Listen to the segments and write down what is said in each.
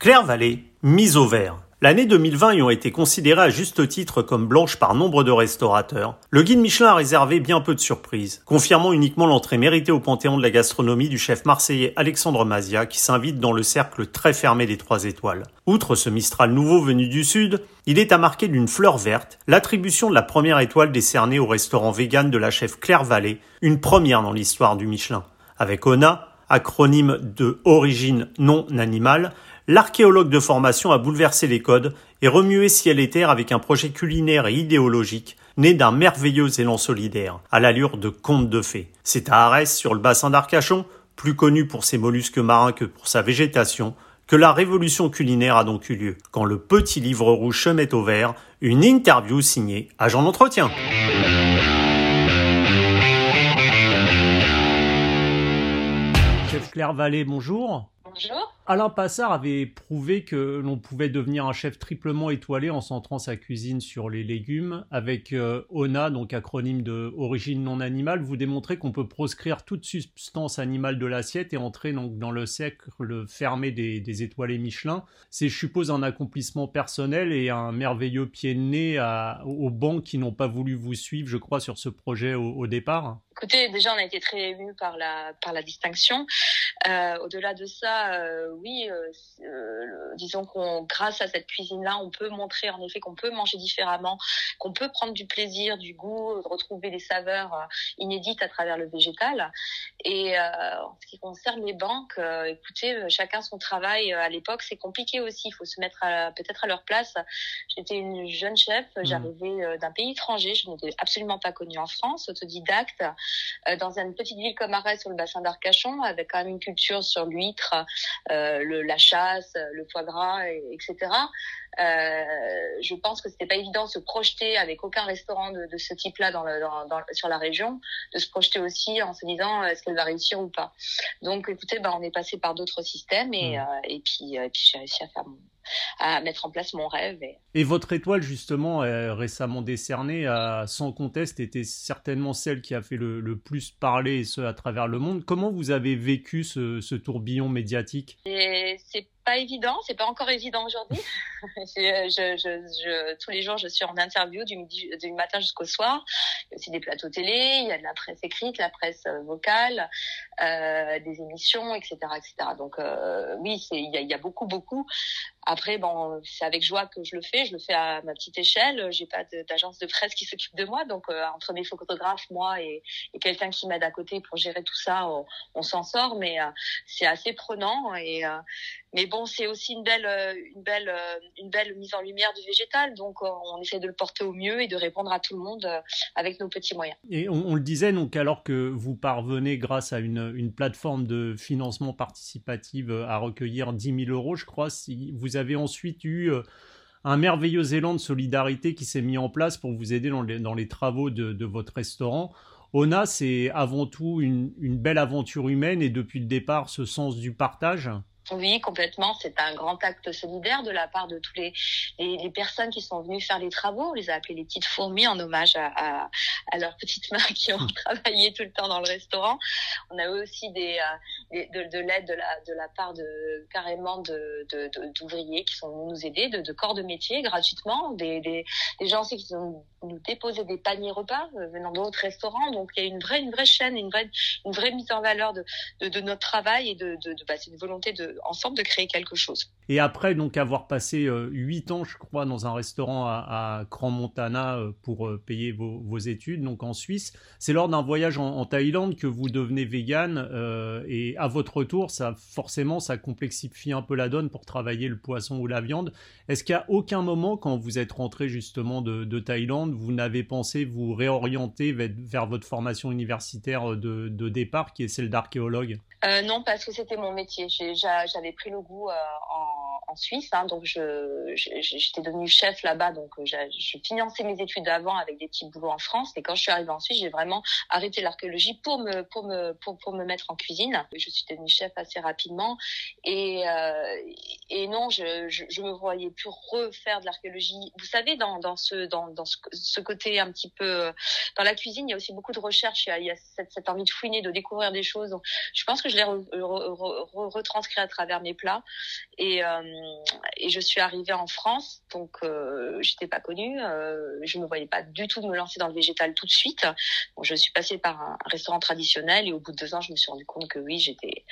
Claire Vallée, mise au vert. L'année 2020 ayant été considérée à juste titre comme blanche par nombre de restaurateurs, le guide Michelin a réservé bien peu de surprises, confirmant uniquement l'entrée méritée au panthéon de la gastronomie du chef marseillais Alexandre Mazia qui s'invite dans le cercle très fermé des 3 étoiles. Outre ce Mistral nouveau venu du Sud, il est à marquer d'une fleur verte l'attribution de la première étoile décernée au restaurant vegan de la chef Claire Vallée, une première dans l'histoire du Michelin. Avec ONA, acronyme de origine non animale, l'archéologue de formation a bouleversé les codes et remué ciel et terre avec un projet culinaire et idéologique né d'un merveilleux élan solidaire, à l'allure de conte de fées. C'est à Arès, sur le bassin d'Arcachon, plus connu pour ses mollusques marins que pour sa végétation, que la révolution culinaire a donc eu lieu, quand le petit livre rouge se met au vert, une interview signée Agent d'entretien. Chef Claire Vallée, bonjour. Bonjour. Alain Passard avait prouvé que l'on pouvait devenir un chef triplement étoilé en centrant sa cuisine sur les légumes. Avec ONA, donc acronyme de origine non animale, vous démontrez qu'on peut proscrire toute substance animale de l'assiette et entrer donc dans le cercle fermé des étoilés Michelin. C'est, je suppose, un accomplissement personnel et un merveilleux pied de nez aux banques qui n'ont pas voulu vous suivre, je crois, sur ce projet au départ. Écoutez, déjà, on a été très émus par la distinction. Au-delà de ça, disons grâce à cette cuisine-là, on peut montrer en effet qu'on peut manger différemment, qu'on peut prendre du plaisir, du goût, retrouver des saveurs inédites à travers le végétal. Et en ce qui concerne les banques, écoutez, chacun son travail. À l'époque, c'est compliqué aussi. Il faut se mettre peut-être à leur place. J'étais une jeune chef, j'arrivais d'un pays étranger, je n'étais absolument pas connue en France, autodidacte, dans une petite ville comme Arès sur le bassin d'Arcachon, avec quand même une culture sur l'huître, la chasse, le foie gras, etc. Je pense que c'était pas évident de se projeter avec aucun restaurant de ce type-là sur la région, de se projeter aussi en se disant est-ce qu'elle va réussir ou pas. Donc, écoutez, on est passé par d'autres systèmes et puis j'ai réussi à mettre en place mon rêve. Et votre étoile, justement, récemment décernée, sans conteste, était certainement celle qui a fait le plus parler, et ce, à travers le monde. Comment vous avez vécu ce tourbillon médiatique ? C'est pas évident, c'est pas encore évident aujourd'hui. Tous les jours, je suis en interview du matin jusqu'au soir. Il y a aussi des plateaux télé, il y a de la presse écrite, la presse vocale, des émissions, etc., etc. Donc oui, il y a beaucoup. Après, c'est avec joie que je le fais à ma petite échelle. J'ai pas d'agence de presse qui s'occupe de moi, donc entre mes photographes, moi et quelqu'un qui m'aide à côté pour gérer tout ça, on s'en sort, mais c'est assez prenant mais bon, c'est aussi une belle mise en lumière du végétal, donc on essaie de le porter au mieux et de répondre à tout le monde avec nos petits moyens. Et on le disait, donc, alors que vous parvenez, grâce à une plateforme de financement participatif, à recueillir 10 000 euros, je crois, si vous avez ensuite eu un merveilleux élan de solidarité qui s'est mis en place pour vous aider dans les travaux de votre restaurant. ONA, c'est avant tout une belle aventure humaine et depuis le départ, ce sens du partage. Oui, complètement. C'est un grand acte solidaire de la part de tous les personnes qui sont venues faire les travaux. On les a appelées les petites fourmis en hommage à leurs petites mains qui ont travaillé tout le temps dans le restaurant. On a eu aussi de l'aide de la part carrément d'ouvriers qui sont venus nous aider, de corps de métier gratuitement, des gens aussi qui sont nous déposer des paniers repas venant d'autres restaurants. Donc il y a une vraie chaîne, une vraie mise en valeur de notre travail et c'est une volonté ensemble de créer quelque chose. Et après donc avoir passé 8 ans, je crois, dans un restaurant à Crans-Montana pour payer vos études, donc en Suisse, c'est lors d'un voyage en Thaïlande que vous devenez vegan et à votre retour, ça complexifie un peu la donne pour travailler le poisson ou la viande. Est-ce qu'à aucun moment, quand vous êtes rentré justement de Thaïlande, vous n'avez pensé vous réorienter vers votre formation universitaire de départ, qui est celle d'archéologue ? Non, parce que c'était mon métier. J'avais pris le goût en Suisse, donc j'étais devenue chef là-bas, donc je finançais mes études avant avec des petits boulots en France. Et quand je suis arrivée en Suisse, j'ai vraiment arrêté l'archéologie pour me mettre en cuisine. Je suis devenue chef assez rapidement et non, je me voyais plus refaire de l'archéologie. Vous savez, dans ce côté un petit peu dans la cuisine, il y a aussi beaucoup de recherche. Il y a cette envie de fouiner, de découvrir des choses. Donc, je pense que je l'ai retranscrit travers mes plats. Et je suis arrivée en France, donc j'étais pas connue, je me voyais pas du tout de me lancer dans le végétal tout de suite. Bon, je suis passée par un restaurant traditionnel et au bout de 2 ans, je me suis rendu compte que oui,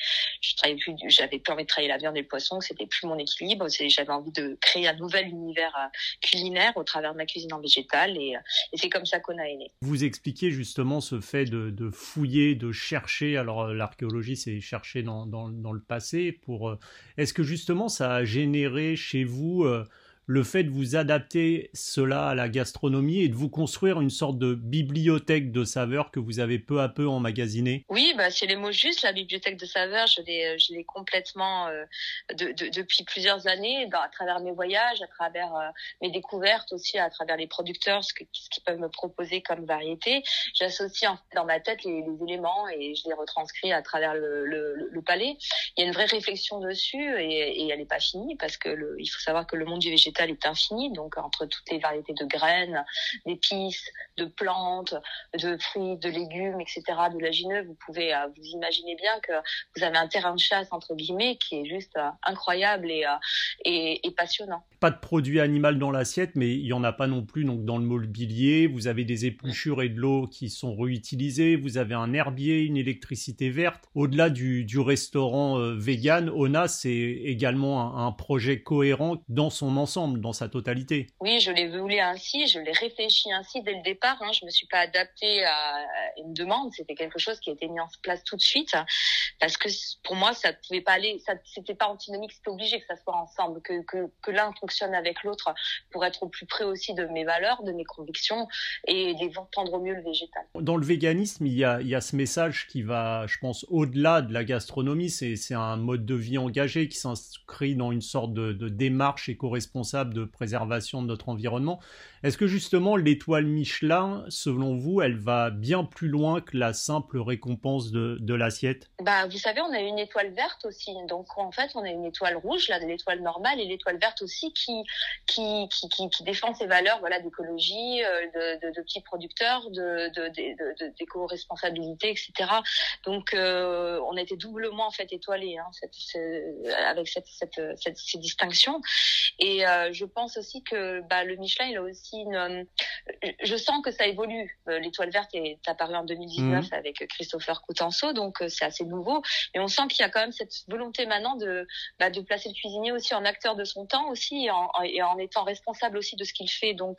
j'avais plus envie de travailler la viande et le poisson, que c'était plus mon équilibre. J'avais envie de créer un nouvel univers culinaire au travers de ma cuisine en végétal et c'est comme ça qu'Ona est né. Vous expliquez justement ce fait de fouiller, de chercher. Alors l'archéologie, c'est chercher dans le passé. Est-ce que justement ça a généré chez vous le fait de vous adapter cela à la gastronomie et de vous construire une sorte de bibliothèque de saveurs que vous avez peu à peu emmagasinée? Oui, c'est les mots justes. La bibliothèque de saveurs, je l'ai complètement depuis plusieurs années, à travers mes voyages, à travers mes découvertes aussi, à travers les producteurs, ce qu'ils peuvent me proposer comme variété. J'associe en fait dans ma tête les éléments et je les retranscris à travers le palais. Il y a une vraie réflexion dessus et elle n'est pas finie parce que il faut savoir que le monde du végétal est infini, donc entre toutes les variétés de graines, d'épices, de plantes, de fruits, de légumes, etc., d'oléagineux, vous pouvez vous imaginez bien que vous avez un terrain de chasse entre guillemets qui est juste incroyable et passionnant. Pas de produit animal dans l'assiette, mais il y en a pas non plus donc dans le mobilier. Vous avez des épluchures et de l'eau qui sont réutilisées. Vous avez un herbier, une électricité verte. Au-delà du restaurant vegan, Ona, c'est également un projet cohérent dans son ensemble, dans sa totalité. Oui, je l'ai voulu ainsi, je l'ai réfléchi ainsi dès le départ. Je me suis pas adaptée à une demande, c'était quelque chose qui a été mis en place tout de suite parce que pour moi ça pouvait pas aller, c'était pas antinomique, c'était obligé que ça soit ensemble, que l'un fonctionne avec l'autre pour être au plus près aussi de mes valeurs, de mes convictions et d'entendre au mieux le végétal. Dans le véganisme, il y a ce message qui va, je pense, au-delà de la gastronomie. C'est un mode de vie engagé qui s'inscrit dans une sorte de démarche éco-responsable de préservation de notre environnement. Est-ce que justement l'étoile Michelin, selon vous, elle va bien plus loin que la simple récompense de l'assiette? Vous savez, on a une étoile verte aussi. Donc en fait, on a une étoile rouge, là, de l'étoile normale, et l'étoile verte aussi qui défend ces valeurs, voilà, d'écologie, de petits producteurs, d'éco-responsabilité, etc. Donc on a été doublement en fait étoilés avec ces distinctions. Et je pense aussi que le Michelin, il a aussi je sens que ça évolue. L'étoile verte est apparue en 2019 avec Christopher Coutenceau, donc c'est assez nouveau. Mais on sent qu'il y a quand même cette volonté maintenant de placer le cuisinier aussi en acteur de son temps aussi et en étant responsable aussi de ce qu'il fait. Donc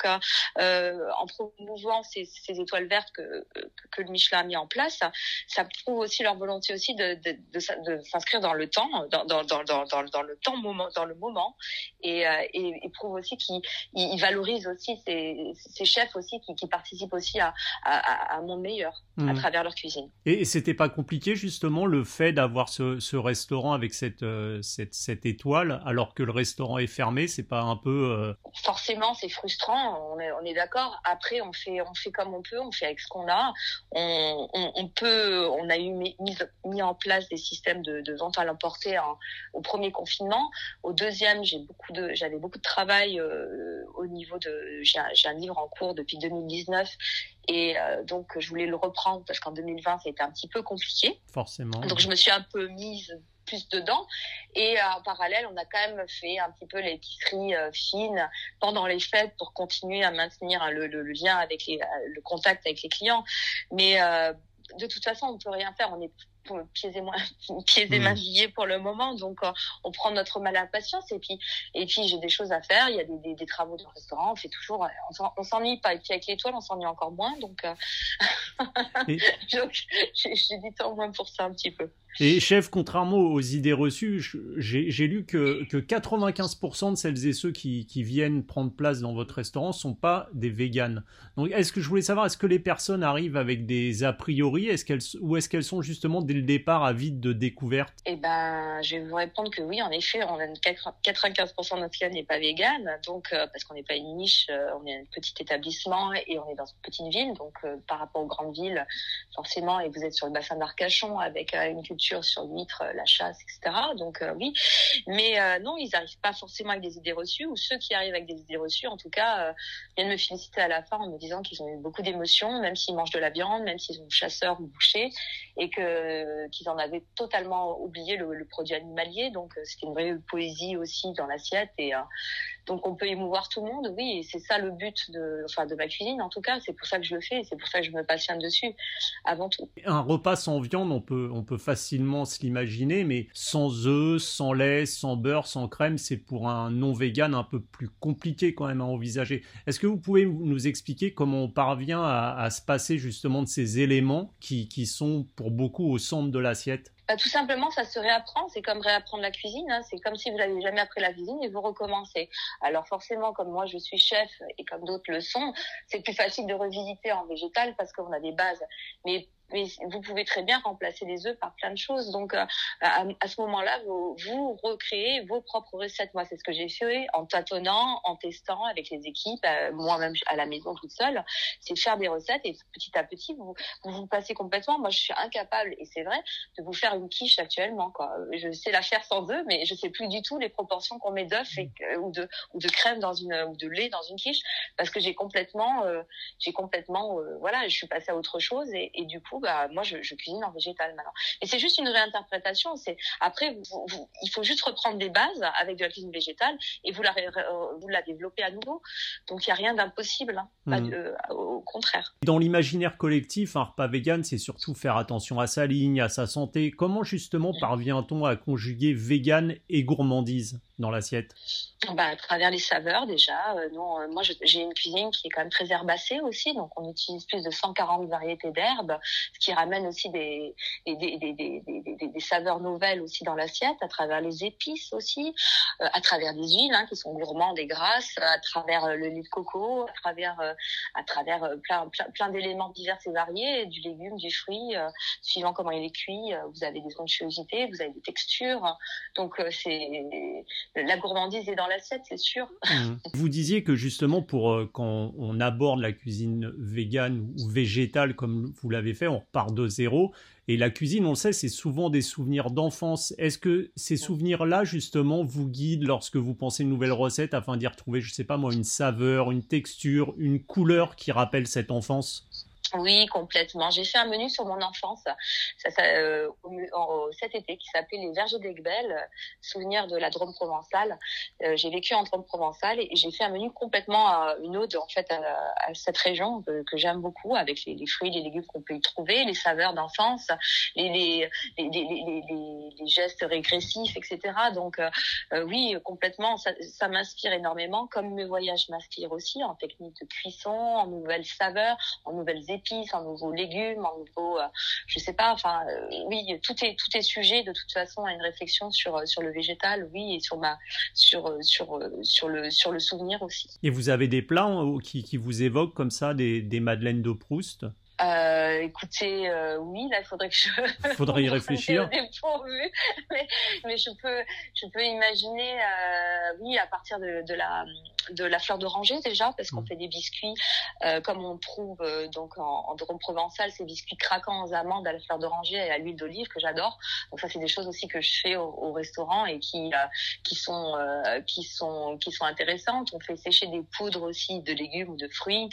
en promouvant ces étoiles vertes que le Michelin a mis en place, ça prouve aussi leur volonté aussi de s'inscrire dans le temps, dans le moment et prouve aussi qu'ils valorisent aussi ces chefs aussi qui participent aussi à un monde meilleur à travers leur cuisine. Et c'était pas compliqué justement le fait d'avoir ce restaurant avec cette étoile alors que le restaurant est fermé, c'est pas un peu Forcément, c'est frustrant, on est d'accord. Après, on fait comme on peut, on fait avec ce qu'on a. On a mis en place des systèmes de vente à l'emporter au premier confinement. Au deuxième, j'avais beaucoup de travail au niveau j'ai un livre en cours depuis 2019 et donc je voulais le reprendre parce qu'en 2020 ça a été un petit peu compliqué. Forcément. Donc je me suis un peu mise plus dedans et en parallèle on a quand même fait un petit peu l'épicerie fine pendant les fêtes pour continuer à maintenir le lien avec le contact avec les clients, mais de toute façon on peut rien faire, on est pieds et mains liés pour le moment, donc on prend notre mal à patience et puis j'ai des choses à faire, il y a des travaux dans le restaurant, on fait toujours, on s'ennuie pas, et puis avec l'étoile on s'ennuie encore moins, donc donc j'ai du temps moins pour ça un petit peu. Et chef, contrairement aux idées reçues, j'ai lu que 95% de celles et ceux qui viennent prendre place dans votre restaurant sont pas des véganes. Donc je voulais savoir, est-ce que les personnes arrivent avec des a priori, ou est-ce qu'elles sont justement dès le départ avides de découvertes? Je vais vous répondre que oui, en effet, on a 95% de notre clientèle n'est pas végane, donc parce qu'on n'est pas une niche, on est un petit établissement et on est dans une petite ville, donc par rapport aux grandes villes, forcément, et vous êtes sur le bassin d'Arcachon avec une culture sur l'huître, la chasse, etc. Donc oui, mais non, ils n'arrivent pas forcément avec des idées reçues, ou ceux qui arrivent avec des idées reçues, en tout cas, viennent me féliciter à la fin en me disant qu'ils ont eu beaucoup d'émotions, même s'ils mangent de la viande, même s'ils sont chasseurs ou bouchers, et que qu'ils en avaient totalement oublié le produit animalier. Donc c'était une vraie poésie aussi dans l'assiette et donc on peut émouvoir tout le monde, oui, et c'est ça le but de ma cuisine en tout cas. C'est pour ça que je le fais, et c'est pour ça que je me passionne dessus avant tout. Un repas sans viande, on peut facilement se l'imaginer, mais sans œufs, sans lait, sans beurre, sans crème, c'est pour un non-vegan un peu plus compliqué quand même à envisager. Est-ce que vous pouvez nous expliquer comment on parvient à se passer justement de ces éléments qui sont pour beaucoup au centre de l'assiette? Tout simplement, ça se réapprend. C'est comme réapprendre la cuisine. Hein. C'est comme si vous n'avez jamais appris la cuisine et vous recommencez. Alors forcément, comme moi je suis chef et comme d'autres le sont, c'est plus facile de revisiter en végétal parce qu'on a des bases. Mais vous pouvez très bien remplacer les œufs par plein de choses. Donc, à ce moment-là, vous recréez vos propres recettes. Moi, c'est ce que j'ai fait en tâtonnant, en testant avec les équipes, moi-même à la maison toute seule. C'est faire des recettes et petit à petit, vous passez complètement. Moi, je suis incapable, et c'est vrai, de vous faire une quiche actuellement, quoi. Je sais la faire sans œufs, mais je sais plus du tout les proportions qu'on met d'œufs ou de crème ou de lait dans une quiche, parce que j'ai complètement, voilà, je suis passée à autre chose et du coup, moi, je cuisine en végétal maintenant. Et c'est juste une réinterprétation. Après, il faut juste reprendre des bases avec de la cuisine végétale et vous la développez à nouveau. Donc, il n'y a rien d'impossible, hein. Au contraire. Dans l'imaginaire collectif, un repas vegan, c'est surtout faire attention à sa ligne, à sa santé. Comment justement parvient-on à conjuguer vegan et gourmandise dans l'assiette? À travers les saveurs déjà. Moi, j'ai une cuisine qui est quand même très herbacée aussi, donc on utilise plus de 140 variétés d'herbes, ce qui ramène aussi des saveurs nouvelles aussi dans l'assiette, à travers les épices aussi, à travers des huiles qui sont gourmandes et grasses, à travers le lait de coco, à travers plein d'éléments divers et variés, du légume, du fruit, suivant comment il est cuit. Vous avez des onctuosités, vous avez des textures, donc la gourmandise est dans l'assiette, c'est sûr. Vous disiez que justement, quand on aborde la cuisine végane ou végétale comme vous l'avez fait, on repart de zéro. Et la cuisine, on le sait, c'est souvent des souvenirs d'enfance. Est-ce que ces souvenirs-là, justement, vous guident lorsque vous pensez une nouvelle recette afin d'y retrouver, je sais pas moi, une saveur, une texture, une couleur qui rappelle cette enfance? Oui, complètement. J'ai fait un menu sur mon enfance cet été qui s'appelait les Vergers d'Aiguebelle, souvenir de la Drôme provençale. J'ai vécu en Drôme provençale et j'ai fait un menu complètement une ode en fait à cette région que j'aime beaucoup, avec les fruits, les légumes qu'on peut y trouver, les saveurs d'enfance, les gestes régressifs, etc. Donc oui, complètement, ça m'inspire énormément, comme mes voyages m'inspirent aussi en technique de cuisson, en nouvelles saveurs, en nouvelles épices, en nouveaux légumes, en nouveaux, je sais pas, oui, tout est sujet de toute façon à une réflexion sur le végétal, oui, et sur le souvenir aussi. Et vous avez des plats qui vous évoquent comme ça des madeleines de Proust? Écoutez, oui, là, il faudrait que faudrait y réfléchir. mais je peux imaginer, oui, à partir de la fleur d'oranger déjà, parce qu'on fait des biscuits, comme on trouve donc en Drôme provençale, ces biscuits craquants aux amandes à la fleur d'oranger et à l'huile d'olive que j'adore. Donc ça, c'est des choses aussi que je fais au restaurant et qui sont intéressantes. On fait sécher des poudres aussi de légumes ou de fruits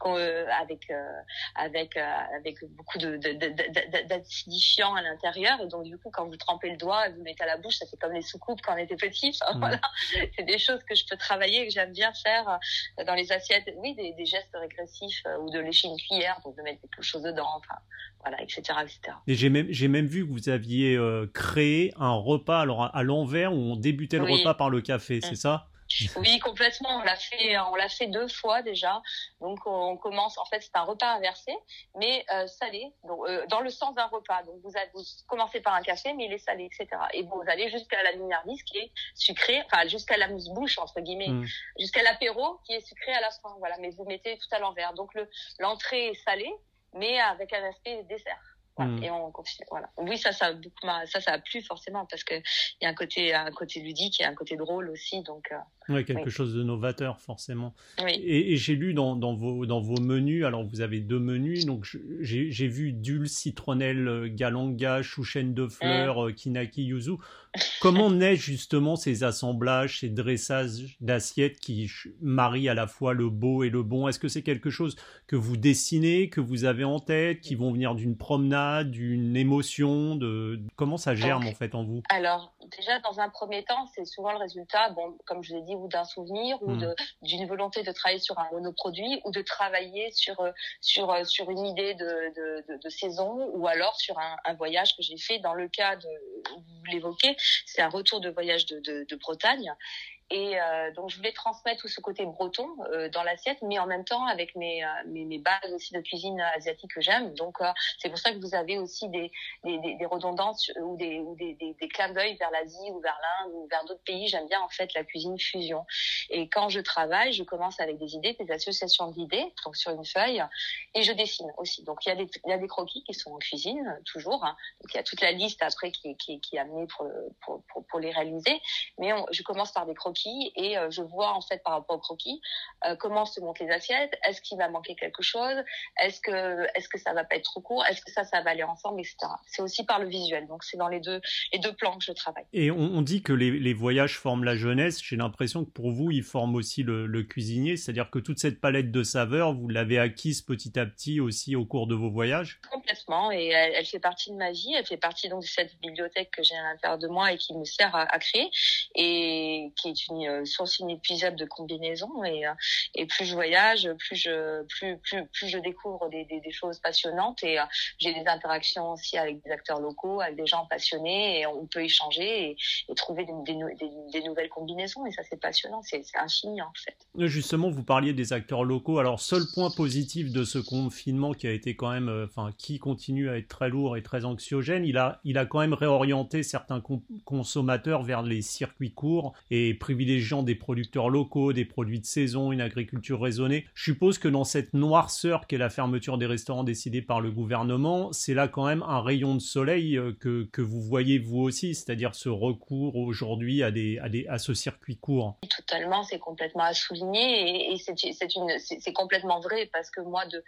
avec beaucoup d'acidifiants à l'intérieur, et donc du coup quand vous trempez le doigt et vous mettez à la bouche, ça fait comme les soucoupes quand on était petit. Voilà, c'est des choses que je peux travailler et que j'aime bien faire dans les assiettes. Oui, des gestes régressifs, ou de lécher une cuillère, donc de mettre quelque chose dedans, voilà, etc. Et j'ai même vu que vous aviez créé un repas alors à l'envers où on débutait le repas par le café, c'est ça? Oui, complètement. On l'a fait 2 fois déjà. Donc on commence. En fait, c'est un repas inversé, mais salé. Donc dans le sens d'un repas. Donc vous commencez par un café, mais il est salé, etc. Et vous allez jusqu'à la mignardise qui est sucrée, jusqu'à la mousse-bouche entre guillemets, jusqu'à l'apéro qui est sucré à la fin. Voilà. Mais vous mettez tout à l'envers. Donc l'entrée est salée, mais avec un aspect dessert. Voilà. Et on continue. Voilà. Oui, ça a plu forcément parce que il y a un côté ludique et un côté drôle aussi. Donc quelque chose de novateur forcément. Oui. Et j'ai lu dans vos menus, alors vous avez 2 menus, donc j'ai vu dulce, citronnelle, galanga, chouchen de fleurs, kinaki, yuzu. Comment naissent justement ces assemblages, ces dressages d'assiettes qui marient à la fois le beau et le bon? Est-ce que c'est quelque chose que vous dessinez, que vous avez en tête, qui vont venir d'une promenade, plat, d'une émotion, comment ça germe en fait en vous? Alors déjà dans un premier temps, c'est souvent le résultat, bon, comme je l'ai dit, ou d'un souvenir, ou d'une volonté de travailler sur un monoproduit, ou de travailler sur une idée de saison, ou alors sur un voyage que j'ai fait. Dans le cas vous l'évoquez, c'est un retour de voyage de Bretagne. Et donc je voulais transmettre tout ce côté breton dans l'assiette, mais en même temps avec mes bases aussi de cuisine asiatique que j'aime. Donc c'est pour ça que vous avez aussi des redondances ou des clins d'œil vers l'Asie ou vers l'Inde ou vers d'autres pays. J'aime bien en fait la cuisine fusion. Et quand je travaille, je commence avec des idées, des associations d'idées, donc sur une feuille, et je dessine aussi. Donc il y a des croquis qui sont en cuisine toujours. Hein. Donc il y a toute la liste après qui est amenée pour les réaliser. Mais je commence par des croquis. Et je vois en fait par rapport au croquis comment se montent les assiettes, est-ce qu'il va manquer quelque chose, est-ce que ça va pas être trop court, est-ce que ça va aller ensemble, etc. C'est aussi par le visuel, donc c'est dans les deux plans que je travaille. Et on dit que les voyages forment la jeunesse. J'ai l'impression que pour vous ils forment aussi le cuisinier, c'est-à-dire que toute cette palette de saveurs vous l'avez acquise petit à petit aussi au cours de vos voyages? Complètement, et elle fait partie de ma vie, elle fait partie donc de cette bibliothèque que j'ai à l'intérieur de moi et qui me sert à créer, et qui est une source inépuisable de combinaisons, et plus je voyage, plus je découvre des choses passionnantes, et j'ai des interactions aussi avec des acteurs locaux, avec des gens passionnés, et on peut échanger et trouver des nouvelles combinaisons, et ça c'est passionnant, c'est infini en fait. Justement, vous parliez des acteurs locaux. Alors, seul point positif de ce confinement qui a été quand même, qui continue à être très lourd et très anxiogène, il a quand même réorienté certains consommateurs vers les circuits courts et privilégiant des producteurs locaux, des produits de saison, une agriculture raisonnée. Je suppose que dans cette noirceur qu'est la fermeture des restaurants décidée par le gouvernement, c'est là quand même un rayon de soleil que vous voyez vous aussi, c'est-à-dire ce recours aujourd'hui à ce circuit court. Totalement, c'est complètement à souligner, et c'est complètement vrai, parce que moi de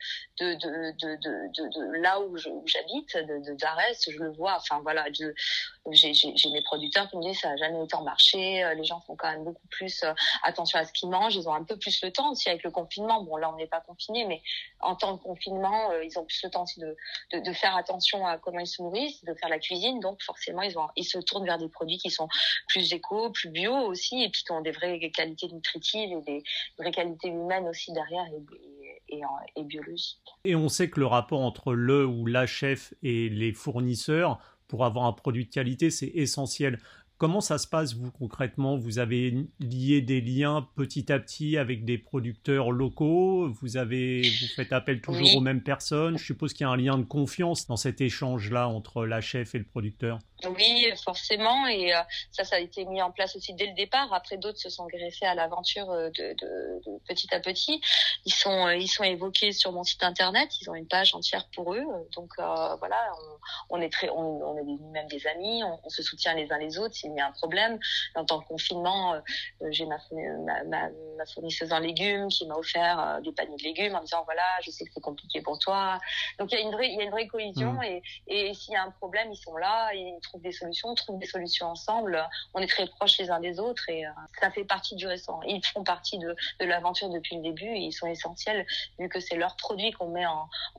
là où j'habite, d'Arès, je le vois. Enfin voilà, j'ai mes producteurs qui me disent ça n'a jamais autant marché, les gens font quand même beaucoup plus attention à ce qu'ils mangent, ils ont un peu plus le temps aussi avec le confinement. Bon là on n'est pas confiné, mais en temps de confinement ils ont plus le temps aussi de faire attention à comment ils se nourrissent, de faire la cuisine, donc forcément ils se tournent vers des produits qui sont plus éco, plus bio aussi, et puis qui ont des vraies qualités nutritives et des vraies qualités humaines aussi derrière, et biologiques. Et on sait que le rapport entre le ou la chef et les fournisseurs, pour avoir un produit de qualité, c'est essentiel. Comment ça se passe, vous, concrètement? Vous avez lié des liens petit à petit avec des producteurs locaux? Vous faites appel toujours aux mêmes personnes? Je suppose qu'il y a un lien de confiance dans cet échange-là entre la chef et le producteur. Oui, forcément, et ça a été mis en place aussi dès le départ. Après, d'autres se sont greffés à l'aventure de petit à petit. Ils sont évoqués sur mon site internet. Ils ont une page entière pour eux. Donc voilà, on est nous-mêmes des amis. On se soutient les uns les autres s'il y a un problème. Dans le temps de confinement, j'ai ma fournisseuse en légumes qui m'a offert des paniers de légumes en disant voilà, je sais que c'est compliqué pour toi. Donc il y a une vraie cohésion, et s'il y a un problème, ils sont là. Ils trouvent des solutions ensemble. On est très proches les uns des autres, et ça fait partie du restaurant. Ils font partie de l'aventure depuis le début, et ils sont essentiels vu que c'est leur produit qu'on met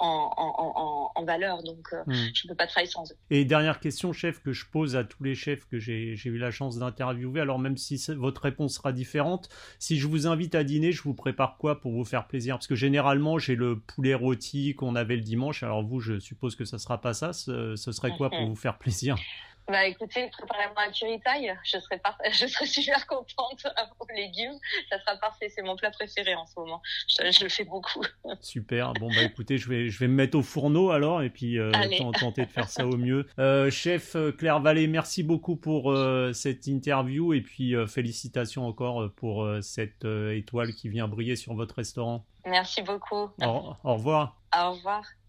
en valeur. Donc je ne peux pas travailler sans eux. Et dernière question, chef, que je pose à tous les chefs que j'ai eu la chance d'interviewer, alors même si votre réponse sera différente, si je vous invite à dîner, je vous prépare quoi pour vous faire plaisir? Parce que généralement, j'ai le poulet rôti qu'on avait le dimanche. Alors vous, je suppose que ça sera pas ça. Ce serait quoi pour vous faire plaisir? Bah écoutez, préparez-moi un curry thaï, je serai super contente aux légumes, ça sera parfait, c'est mon plat préféré en ce moment, je le fais beaucoup. Super, bon bah écoutez, je vais me mettre au fourneau alors, et puis tenter de faire ça au mieux. Chef Claire Vallée, merci beaucoup pour cette interview, et puis félicitations encore pour cette étoile qui vient briller sur votre restaurant. Merci beaucoup. Au revoir. Au revoir.